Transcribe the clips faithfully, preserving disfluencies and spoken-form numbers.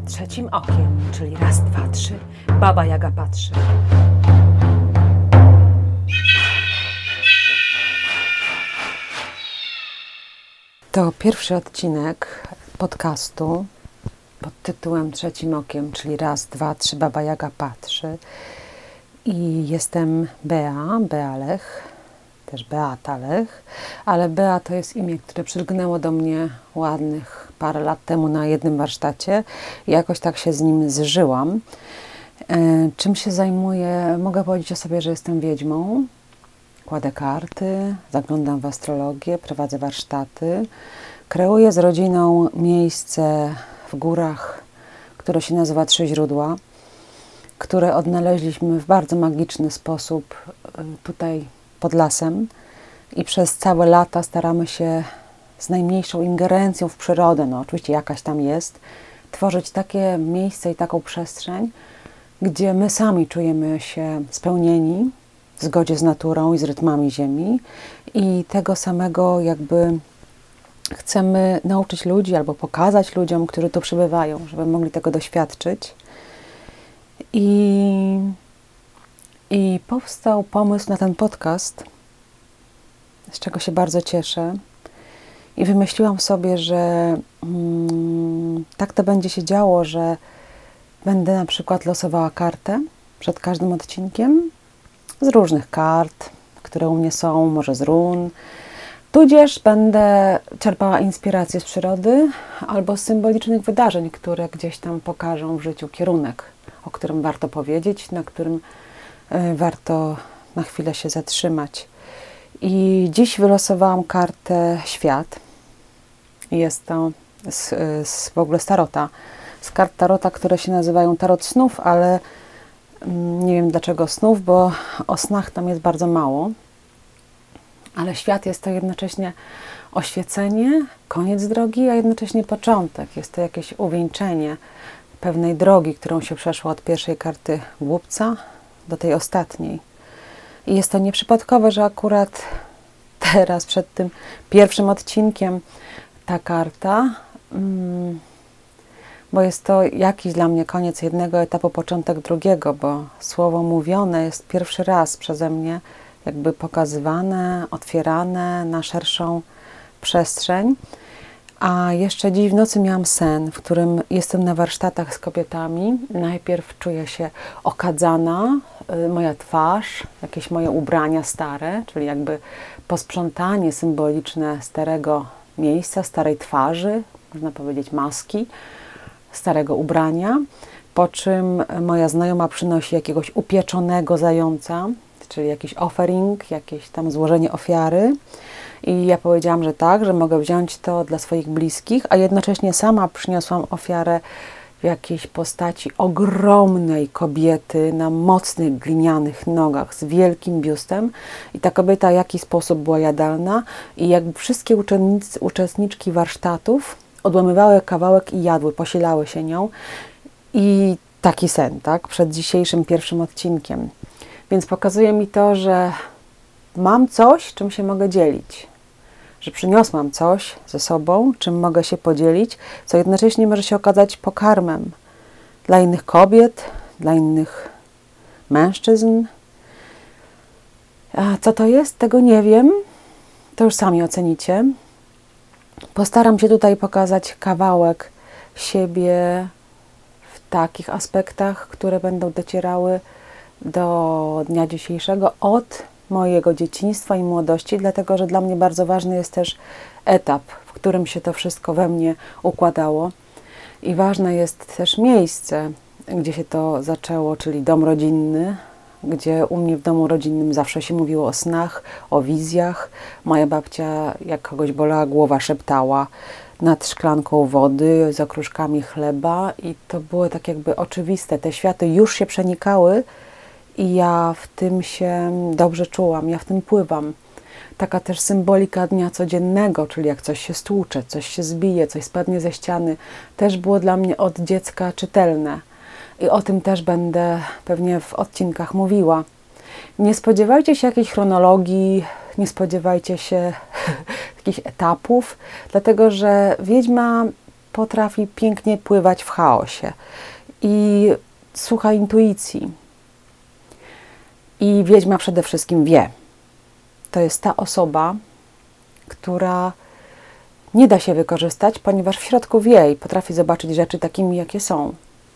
trzecim okiem, czyli raz, dwa, trzy, Baba Jaga patrzy. To pierwszy odcinek podcastu pod tytułem Trzecim okiem, czyli raz, dwa, trzy, Baba Jaga patrzy. I jestem Bea, Bea Lech, też Beata Lech, ale Bea to jest imię, które przylgnęło do mnie ładnych parę lat temu na jednym warsztacie i jakoś tak się z nim zżyłam. E, czym się zajmuję? Mogę powiedzieć o sobie, że jestem wiedźmą. Kładę karty, zaglądam w astrologię, prowadzę warsztaty. Kreuję z rodziną miejsce w górach, które się nazywa Trzy Źródła, które odnaleźliśmy w bardzo magiczny sposób tutaj pod lasem i przez całe lata staramy się z najmniejszą ingerencją w przyrodę, no oczywiście jakaś tam jest, tworzyć takie miejsce i taką przestrzeń, gdzie my sami czujemy się spełnieni w zgodzie z naturą i z rytmami ziemi i tego samego jakby chcemy nauczyć ludzi albo pokazać ludziom, którzy tu przybywają, żeby mogli tego doświadczyć. I, I powstał pomysł na ten podcast, z czego się bardzo cieszę. I wymyśliłam sobie, że mm, tak to będzie się działo, że będę na przykład losowała kartę przed każdym odcinkiem z różnych kart, które u mnie są, może z run. Tudzież będę czerpała inspirację z przyrody albo z symbolicznych wydarzeń, które gdzieś tam pokażą w życiu kierunek, o którym warto powiedzieć, na którym y, warto na chwilę się zatrzymać. I dziś wylosowałam kartę Świat. Jest to z, z w ogóle z tarota. Z kart tarota, które się nazywają tarot snów, ale mm, nie wiem dlaczego snów, bo o snach tam jest bardzo mało. Ale świat jest to jednocześnie oświecenie, koniec drogi, a jednocześnie początek. Jest to jakieś uwieńczenie pewnej drogi, którą się przeszło od pierwszej karty głupca do tej ostatniej. I jest to nieprzypadkowe, że akurat teraz, przed tym pierwszym odcinkiem, ta karta, mm, bo jest to jakiś dla mnie koniec jednego etapu, początek drugiego, bo słowo mówione jest pierwszy raz przeze mnie jakby pokazywane, otwierane na szerszą przestrzeń. A jeszcze dziś w nocy miałam sen, w którym jestem na warsztatach z kobietami. Najpierw czuję się okadzana, y, moja twarz, jakieś moje ubrania stare, czyli jakby posprzątanie symboliczne starego miejsca, starej twarzy, można powiedzieć maski, starego ubrania. Po czym moja znajoma przynosi jakiegoś upieczonego zająca, czyli jakiś offering, jakieś tam złożenie ofiary. I ja powiedziałam, że tak, że mogę wziąć to dla swoich bliskich, a jednocześnie sama przyniosłam ofiarę w jakiejś postaci ogromnej kobiety na mocnych glinianych nogach z wielkim biustem. I ta kobieta w jakiś sposób była jadalna i jakby wszystkie uczestnicy, uczestniczki warsztatów odłamywały kawałek i jadły, posilały się nią. I taki sen, tak, przed dzisiejszym pierwszym odcinkiem. Więc pokazuje mi to, że mam coś, czym się mogę dzielić. Że przyniosłam coś ze sobą, czym mogę się podzielić, co jednocześnie może się okazać pokarmem dla innych kobiet, dla innych mężczyzn. A co to jest? Tego nie wiem. To już sami ocenicie. Postaram się tutaj pokazać kawałek siebie w takich aspektach, które będą docierały do dnia dzisiejszego od mojego dzieciństwa i młodości, dlatego że dla mnie bardzo ważny jest też etap, w którym się to wszystko we mnie układało. I ważne jest też miejsce, gdzie się to zaczęło, czyli dom rodzinny, gdzie u mnie w domu rodzinnym zawsze się mówiło o snach, o wizjach. Moja babcia, jak kogoś bolała głowa, szeptała nad szklanką wody, z okruszkami chleba i to było tak jakby oczywiste. Te światy już się przenikały i ja w tym się dobrze czułam, ja w tym pływam. Taka też symbolika dnia codziennego, czyli jak coś się stłucze, coś się zbije, coś spadnie ze ściany, też było dla mnie od dziecka czytelne. I o tym też będę pewnie w odcinkach mówiła. Nie spodziewajcie się jakiejś chronologii, nie spodziewajcie się takich etapów, dlatego że wiedźma potrafi pięknie pływać w chaosie i słucha intuicji. I wiedźma przede wszystkim wie. To jest ta osoba, która nie da się wykorzystać, ponieważ w środku wie i potrafi zobaczyć rzeczy takimi, jakie są.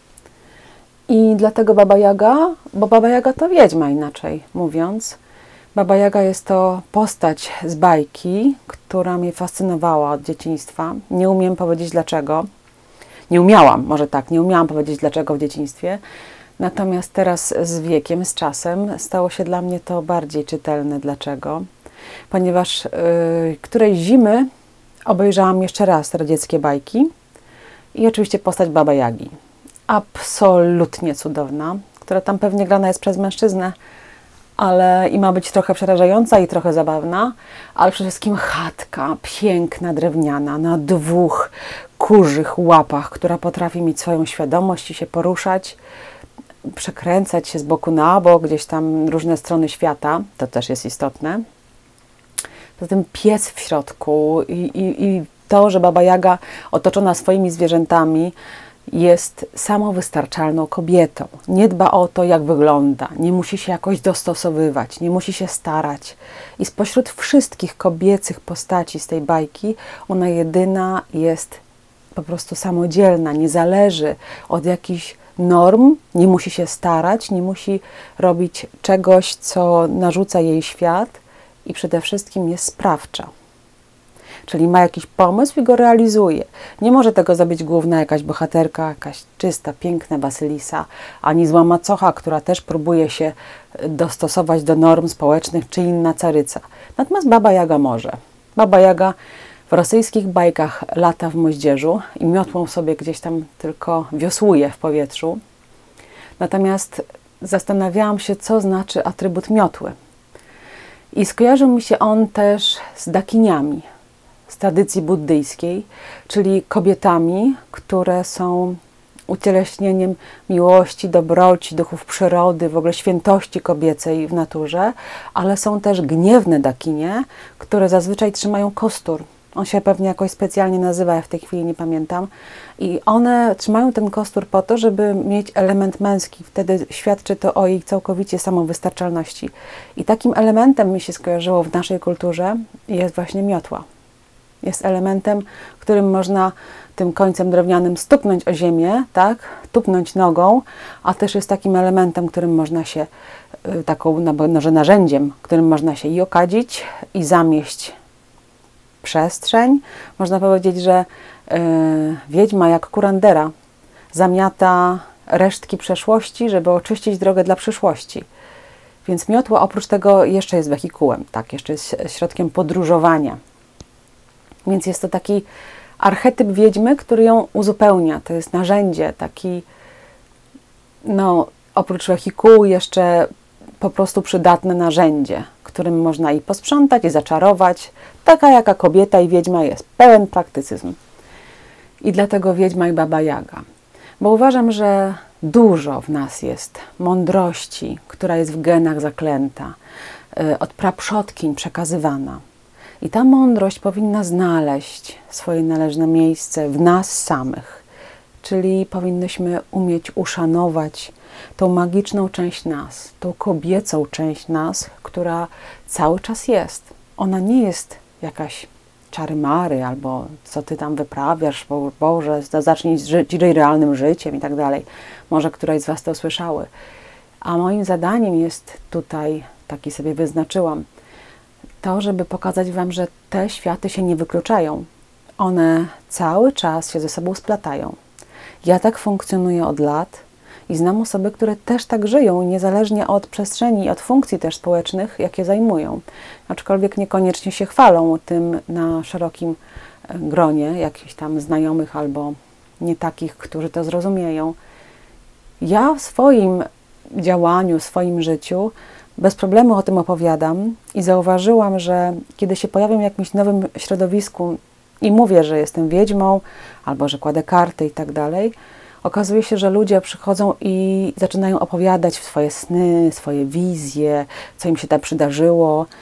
I dlatego Baba Jaga, bo Baba Jaga to wiedźma, inaczej mówiąc. Baba Jaga jest to postać z bajki, która mnie fascynowała od dzieciństwa. Nie umiem powiedzieć dlaczego. Nie umiałam, może tak, nie umiałam powiedzieć dlaczego w dzieciństwie. Natomiast teraz z wiekiem, z czasem stało się dla mnie to bardziej czytelne. Dlaczego? Ponieważ yy, którejś zimy obejrzałam jeszcze raz radzieckie bajki i oczywiście postać Baba Jagi. Absolutnie cudowna, która tam pewnie grana jest przez mężczyznę, ale i ma być trochę przerażająca i trochę zabawna, ale przede wszystkim chatka, piękna, drewniana, na dwóch kurzych łapach, która potrafi mieć swoją świadomość i się poruszać, przekręcać się z boku na bok, gdzieś tam różne strony świata, to też jest istotne. Poza tym pies w środku i, i, i to, że Baba Jaga otoczona swoimi zwierzętami jest samowystarczalną kobietą. Nie dba o to, jak wygląda, nie musi się jakoś dostosowywać, nie musi się starać. I spośród wszystkich kobiecych postaci z tej bajki, ona jedyna jest po prostu samodzielna, nie zależy od jakichś norm, nie musi się starać, nie musi robić czegoś, co narzuca jej świat i przede wszystkim jest sprawcza. Czyli ma jakiś pomysł i go realizuje. Nie może tego zrobić główna jakaś bohaterka, jakaś czysta, piękna Wasylisa, ani zła macocha, która też próbuje się dostosować do norm społecznych, czy inna caryca. Natomiast Baba Jaga może. Baba Jaga w rosyjskich bajkach lata w moździerzu i miotłą sobie gdzieś tam tylko wiosłuje w powietrzu. Natomiast zastanawiałam się, co znaczy atrybut miotły. I skojarzył mi się on też z dakiniami, z tradycji buddyjskiej, czyli kobietami, które są ucieleśnieniem miłości, dobroci, duchów przyrody, w ogóle świętości kobiecej w naturze, ale są też gniewne dakinie, które zazwyczaj trzymają kostur. On się pewnie jakoś specjalnie nazywa, ja w tej chwili nie pamiętam. I one trzymają ten kostur po to, żeby mieć element męski. Wtedy świadczy to o ich całkowicie samowystarczalności. I takim elementem mi się skojarzyło w naszej kulturze jest właśnie miotła. Jest elementem, którym można tym końcem drewnianym stuknąć o ziemię, tak? Tupnąć nogą, a też jest takim elementem, którym można się, taką może narzędziem, którym można się i okadzić, i zamieść przestrzeń. Można powiedzieć, że yy, wiedźma jak kurandera zamiata resztki przeszłości, żeby oczyścić drogę dla przyszłości. Więc miotła oprócz tego jeszcze jest wehikułem, tak? Jeszcze jest środkiem podróżowania. Więc jest to taki archetyp wiedźmy, który ją uzupełnia. To jest narzędzie, taki, no, oprócz wehikułu jeszcze po prostu przydatne narzędzie, którym można i posprzątać, i zaczarować. Taka jaka kobieta i wiedźma jest. Pełen praktycyzm. I dlatego wiedźma i Baba Jaga. Bo uważam, że dużo w nas jest mądrości, która jest w genach zaklęta, od praprzodkiń przekazywana. I ta mądrość powinna znaleźć swoje należne miejsce w nas samych. Czyli powinnyśmy umieć uszanować tą magiczną część nas, tą kobiecą część nas, która cały czas jest. Ona nie jest jakaś czary-mary, albo co ty tam wyprawiasz, bo Boże, zacznij żyć realnym życiem i tak dalej. Może któraś z was to słyszały. A moim zadaniem jest tutaj, taki sobie wyznaczyłam, to, żeby pokazać wam, że te światy się nie wykluczają. One cały czas się ze sobą splatają. Ja tak funkcjonuję od lat i znam osoby, które też tak żyją, niezależnie od przestrzeni, od funkcji też społecznych, jakie zajmują. Aczkolwiek niekoniecznie się chwalą tym na szerokim gronie jakichś tam znajomych albo nie takich, którzy to zrozumieją. Ja w swoim działaniu, w swoim życiu bez problemu o tym opowiadam i zauważyłam, że kiedy się pojawiam w jakimś nowym środowisku i mówię, że jestem wiedźmą, albo że kładę karty i tak dalej, okazuje się, że ludzie przychodzą i zaczynają opowiadać swoje sny, swoje wizje, co im się tam przydarzyło.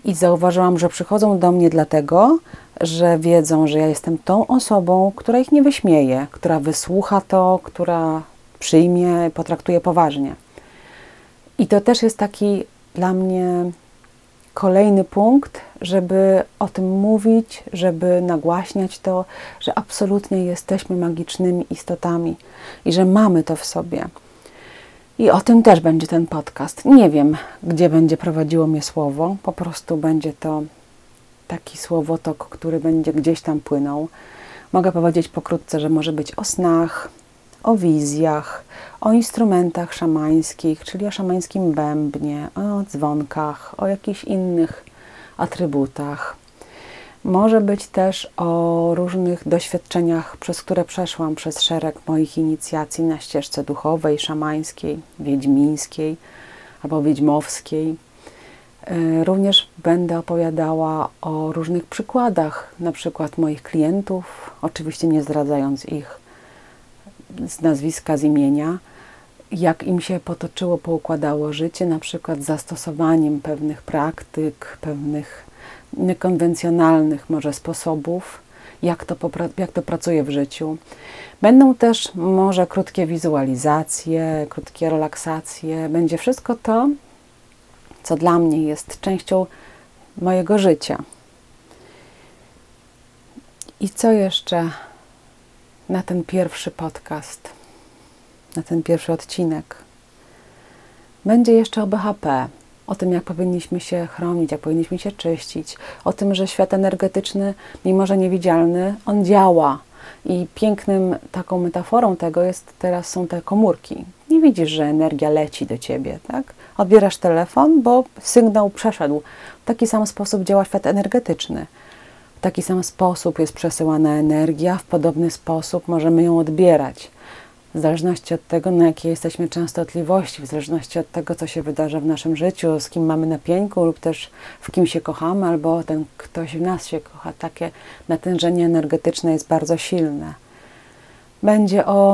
I zauważyłam, że przychodzą do mnie dlatego, że wiedzą, że ja jestem tą osobą, która ich nie wyśmieje, która wysłucha to, która przyjmie, potraktuje poważnie. I to też jest taki dla mnie kolejny punkt, żeby o tym mówić, żeby nagłaśniać to, że absolutnie jesteśmy magicznymi istotami i że mamy to w sobie. I o tym też będzie ten podcast. Nie wiem, gdzie będzie prowadziło mnie słowo, po prostu będzie to taki słowotok, który będzie gdzieś tam płynął. Mogę powiedzieć pokrótce, że może być o snach, o wizjach, o instrumentach szamańskich, czyli o szamańskim bębnie, o dzwonkach, o jakichś innych atrybutach. Może być też o różnych doświadczeniach, przez które przeszłam przez szereg moich inicjacji na ścieżce duchowej, szamańskiej, wiedźmińskiej albo wiedźmowskiej. Również będę opowiadała o różnych przykładach, na przykład moich klientów, oczywiście nie zdradzając ich z nazwiska, z imienia, jak im się potoczyło, poukładało życie, na przykład zastosowaniem pewnych praktyk, pewnych niekonwencjonalnych może sposobów, jak to, jak to pracuje w życiu. Będą też może krótkie wizualizacje, krótkie relaksacje. Będzie wszystko to, co dla mnie jest częścią mojego życia. I co jeszcze na ten pierwszy podcast, na ten pierwszy odcinek? Będzie jeszcze o B H P, o tym, jak powinniśmy się chronić, jak powinniśmy się czyścić, o tym, że świat energetyczny, mimo że niewidzialny, on działa. I pięknym taką metaforą tego jest, teraz są te komórki. Nie widzisz, że energia leci do Ciebie, tak? Odbierasz telefon, bo sygnał przeszedł. W taki sam sposób działa świat energetyczny. W taki sam sposób jest przesyłana energia, w podobny sposób możemy ją odbierać. W zależności od tego, na jakiej jesteśmy częstotliwości, w zależności od tego, co się wydarza w naszym życiu, z kim mamy na pieńku lub też w kim się kochamy, albo ten ktoś w nas się kocha. Takie natężenie energetyczne jest bardzo silne. Będzie o,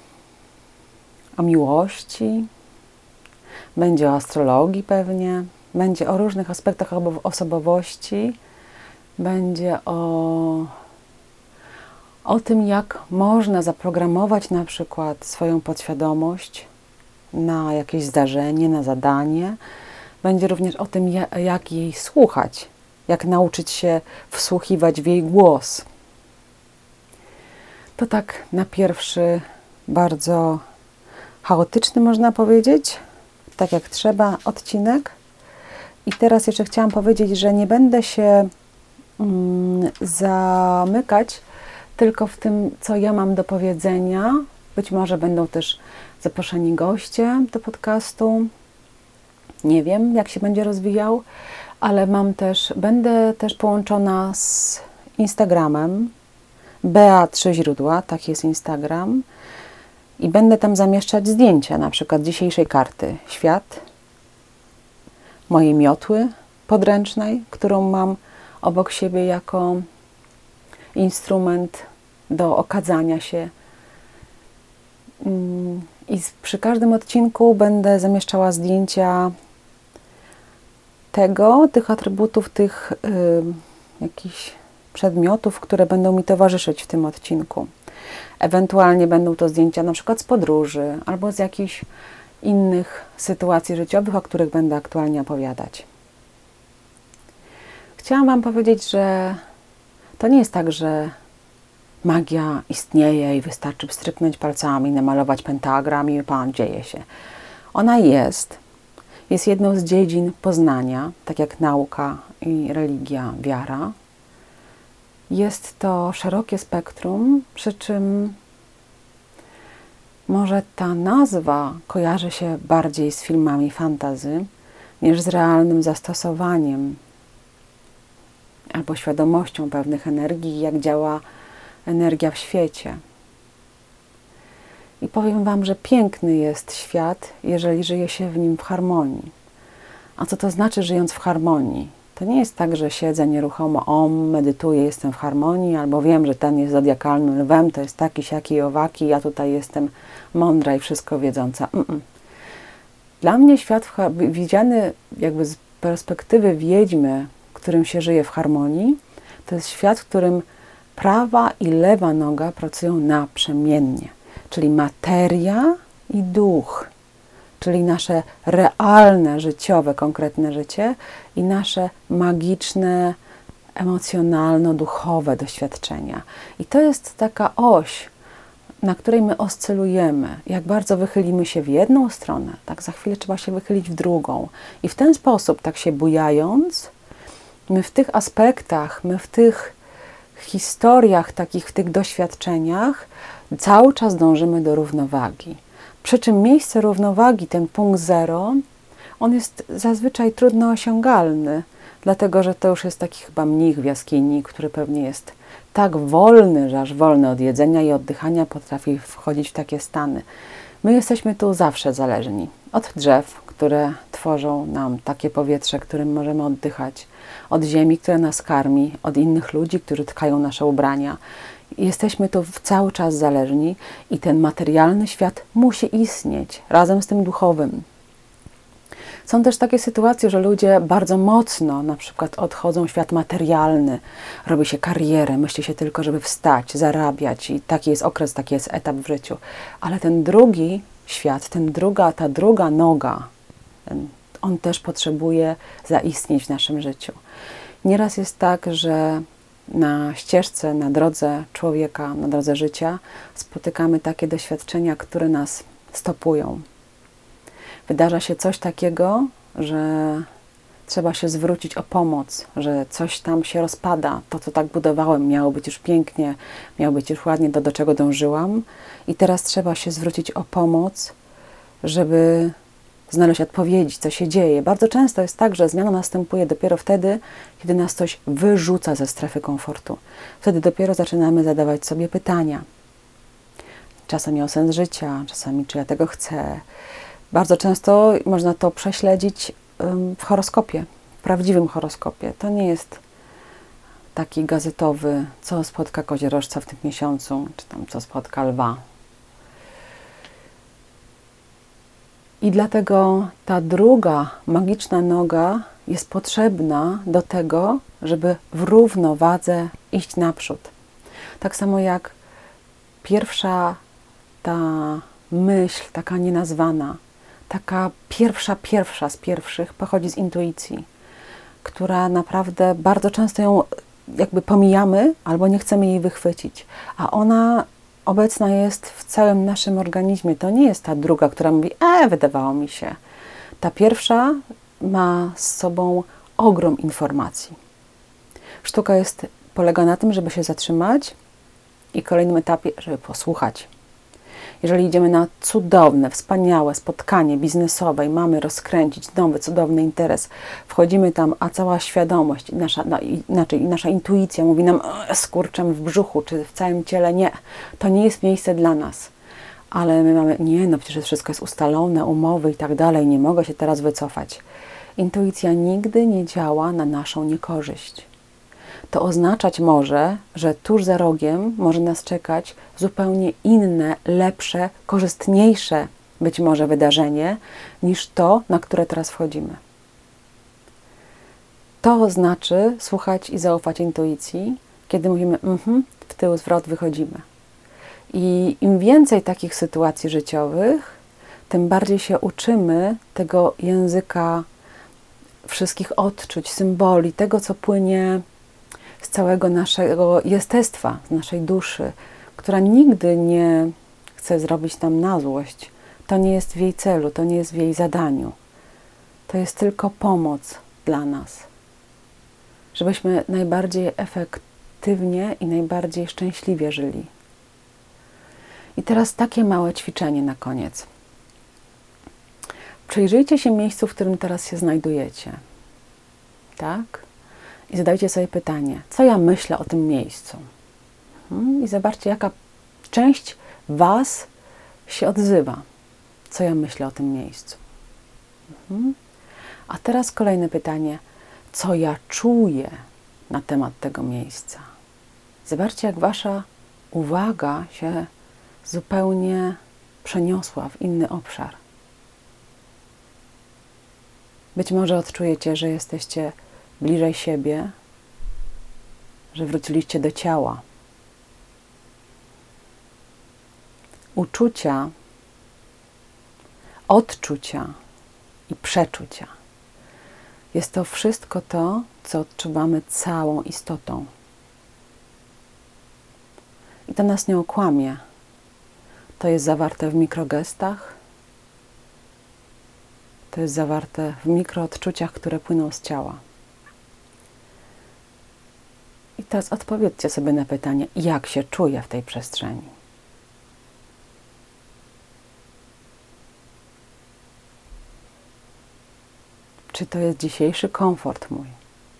o miłości, będzie o astrologii pewnie, będzie o różnych aspektach osobowości, będzie o, o tym, jak można zaprogramować na przykład swoją podświadomość na jakieś zdarzenie, na zadanie. Będzie również o tym, jak jej słuchać, jak nauczyć się wsłuchiwać w jej głos. To tak na pierwszy, bardzo chaotyczny, można powiedzieć, tak jak trzeba, odcinek. I teraz jeszcze chciałam powiedzieć, że nie będę się mm, zamykać tylko w tym, co ja mam do powiedzenia. Być może będą też zaproszeni goście do podcastu. Nie wiem, jak się będzie rozwijał, ale mam też, będę też połączona z Instagramem. Bea trzy źródła, tak jest Instagram. I będę tam zamieszczać zdjęcia, na przykład dzisiejszej karty Świat, mojej miotły podręcznej, którą mam obok siebie jako instrument do okadzania się. I przy każdym odcinku będę zamieszczała zdjęcia tego, tych atrybutów, tych y, jakichś przedmiotów, które będą mi towarzyszyć w tym odcinku. Ewentualnie będą to zdjęcia na przykład z podróży albo z jakichś innych sytuacji życiowych, o których będę aktualnie opowiadać. Chciałam Wam powiedzieć, że to nie jest tak, że magia istnieje i wystarczy pstryknąć palcami, namalować pentagram i pan, dzieje się. Ona jest. Jest jedną z dziedzin poznania, tak jak nauka i religia, wiara. Jest to szerokie spektrum, przy czym może ta nazwa kojarzy się bardziej z filmami fantasy niż z realnym zastosowaniem albo świadomością pewnych energii, jak działa energia w świecie. I powiem Wam, że piękny jest świat, jeżeli żyje się w nim w harmonii. A co to znaczy, żyjąc w harmonii? To nie jest tak, że siedzę nieruchomo, om, medytuję, jestem w harmonii, albo wiem, że ten jest zodiakalnym lwem, to jest taki, siaki i owaki, ja tutaj jestem mądra i wszystko wiedząca. Mm-mm. Dla mnie świat widziany jakby z perspektywy wiedźmy, w którym się żyje w harmonii, to jest świat, w którym prawa i lewa noga pracują naprzemiennie, czyli materia i duch, czyli nasze realne, życiowe, konkretne życie i nasze magiczne, emocjonalno-duchowe doświadczenia. I to jest taka oś, na której my oscylujemy. Jak bardzo wychylimy się w jedną stronę, tak za chwilę trzeba się wychylić w drugą. I w ten sposób, tak się bujając, my w tych aspektach, my w tych historiach, takich w tych doświadczeniach cały czas dążymy do równowagi. Przy czym miejsce równowagi, ten punkt zero, on jest zazwyczaj trudno osiągalny, dlatego że to już jest taki chyba mnich w jaskini, który pewnie jest tak wolny, że aż wolny od jedzenia i oddychania potrafi wchodzić w takie stany. My jesteśmy tu zawsze zależni od drzew, które tworzą nam takie powietrze, którym możemy oddychać, od ziemi, która nas karmi, od innych ludzi, którzy tkają nasze ubrania. Jesteśmy tu cały czas zależni i ten materialny świat musi istnieć razem z tym duchowym. Są też takie sytuacje, że ludzie bardzo mocno na przykład odchodzą w świat materialny, robi się karierę, myśli się tylko, żeby wstać, zarabiać i taki jest okres, taki jest etap w życiu. Ale ten drugi świat, ten druga, ta druga noga, ten, on też potrzebuje zaistnieć w naszym życiu. Nieraz jest tak, że na ścieżce, na drodze człowieka, na drodze życia spotykamy takie doświadczenia, które nas stopują. Wydarza się coś takiego, że trzeba się zwrócić o pomoc, że coś tam się rozpada, to co tak budowałem miało być już pięknie, miało być już ładnie, to do czego dążyłam i teraz trzeba się zwrócić o pomoc, żeby znaleźć odpowiedzi, co się dzieje. Bardzo często jest tak, że zmiana następuje dopiero wtedy, kiedy nas coś wyrzuca ze strefy komfortu. Wtedy dopiero zaczynamy zadawać sobie pytania. Czasami o sens życia, czasami czy ja tego chcę. Bardzo często można to prześledzić w horoskopie, w prawdziwym horoskopie. To nie jest taki gazetowy, co spotka koziorożca w tym miesiącu, czy tam co spotka lwa. I dlatego ta druga magiczna noga jest potrzebna do tego, żeby w równowadze iść naprzód. Tak samo jak pierwsza ta myśl, taka nienazwana, taka pierwsza, pierwsza z pierwszych pochodzi z intuicji, która naprawdę bardzo często ją jakby pomijamy albo nie chcemy jej wychwycić, a ona obecna jest w całym naszym organizmie. To nie jest ta druga, która mówi, e, wydawało mi się. Ta pierwsza ma z sobą ogrom informacji. Sztuka jest, polega na tym, żeby się zatrzymać i w kolejnym etapie, żeby posłuchać. Jeżeli idziemy na cudowne, wspaniałe spotkanie biznesowe i mamy rozkręcić nowy, cudowny interes, wchodzimy tam, a cała świadomość, nasza, no, inaczej, nasza intuicja mówi nam skurczem w brzuchu, czy w całym ciele, nie, to nie jest miejsce dla nas. Ale my mamy, nie, no przecież wszystko jest ustalone, umowy i tak dalej, nie mogę się teraz wycofać. Intuicja nigdy nie działa na naszą niekorzyść. To oznaczać może, że tuż za rogiem może nas czekać zupełnie inne, lepsze, korzystniejsze być może wydarzenie niż to, na które teraz wchodzimy. To znaczy słuchać i zaufać intuicji, kiedy mówimy mhm, w tył, zwrot, wychodzimy. I im więcej takich sytuacji życiowych, tym bardziej się uczymy tego języka wszystkich odczuć, symboli, tego, co płynie z całego naszego jestestwa, z naszej duszy, która nigdy nie chce zrobić nam na złość. To nie jest w jej celu, to nie jest w jej zadaniu. To jest tylko pomoc dla nas, żebyśmy najbardziej efektywnie i najbardziej szczęśliwie żyli. I teraz takie małe ćwiczenie na koniec. Przyjrzyjcie się miejscu, w którym teraz się znajdujecie. Tak? I zadajcie sobie pytanie, co ja myślę o tym miejscu? Hmm? I zobaczcie, jaka część Was się odzywa. Co ja myślę o tym miejscu? Hmm? A teraz kolejne pytanie, co ja czuję na temat tego miejsca? Zobaczcie, jak Wasza uwaga się zupełnie przeniosła w inny obszar. Być może odczujecie, że jesteście bliżej siebie, że wróciliście do ciała. Uczucia, odczucia i przeczucia. Jest to wszystko to, co odczuwamy całą istotą. I to nas nie okłamie. To jest zawarte w mikrogestach, to jest zawarte w mikroodczuciach, które płyną z ciała. I teraz odpowiedzcie sobie na pytanie, jak się czuję w tej przestrzeni. Czy to jest dzisiejszy komfort mój?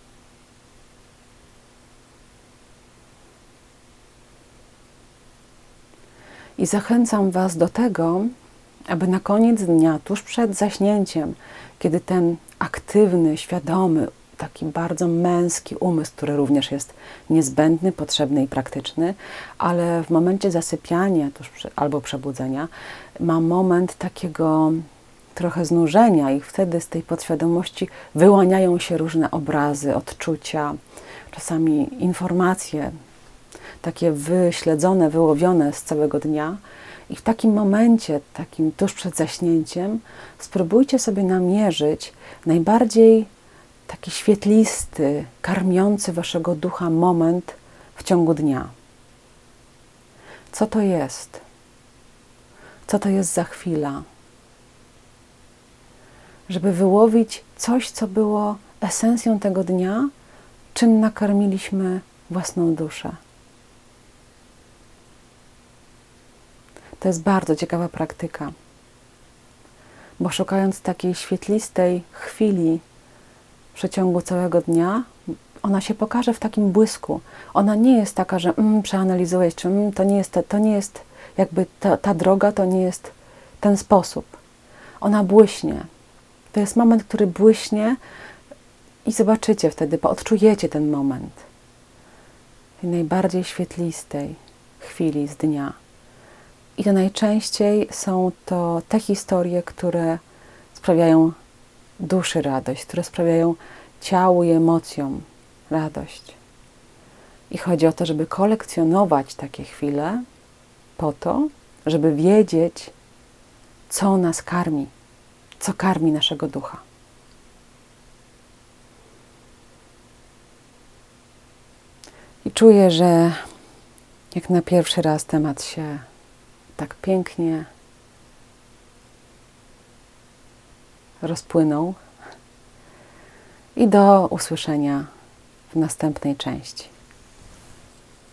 I zachęcam Was do tego, aby na koniec dnia, tuż przed zaśnięciem, kiedy ten aktywny, świadomy, taki bardzo męski umysł, który również jest niezbędny, potrzebny i praktyczny, ale w momencie zasypiania tuż przy, albo przebudzenia ma moment takiego trochę znużenia i wtedy z tej podświadomości wyłaniają się różne obrazy, odczucia, czasami informacje, takie wyśledzone, wyłowione z całego dnia. I w takim momencie, takim tuż przed zaśnięciem, spróbujcie sobie namierzyć najbardziej taki świetlisty, karmiący waszego ducha moment w ciągu dnia. Co to jest? Co to jest za chwila? Żeby wyłowić coś, co było esencją tego dnia, czym nakarmiliśmy własną duszę. To jest bardzo ciekawa praktyka, bo szukając takiej świetlistej chwili w przeciągu całego dnia, ona się pokaże w takim błysku. Ona nie jest taka, że mm, przeanalizujesz, czy mm, to nie jest, to nie jest jakby ta, ta droga, to nie jest ten sposób. Ona błyśnie. To jest moment, który błyśnie i zobaczycie wtedy, odczujecie ten moment tej najbardziej świetlistej chwili z dnia. I to najczęściej są to te historie, które sprawiają duszy radość, które sprawiają ciału i emocjom radość. I chodzi o to, żeby kolekcjonować takie chwile po to, żeby wiedzieć, co nas karmi, co karmi naszego ducha. I czuję, że jak na pierwszy raz temat się tak pięknie rozpłynął. I do usłyszenia w następnej części.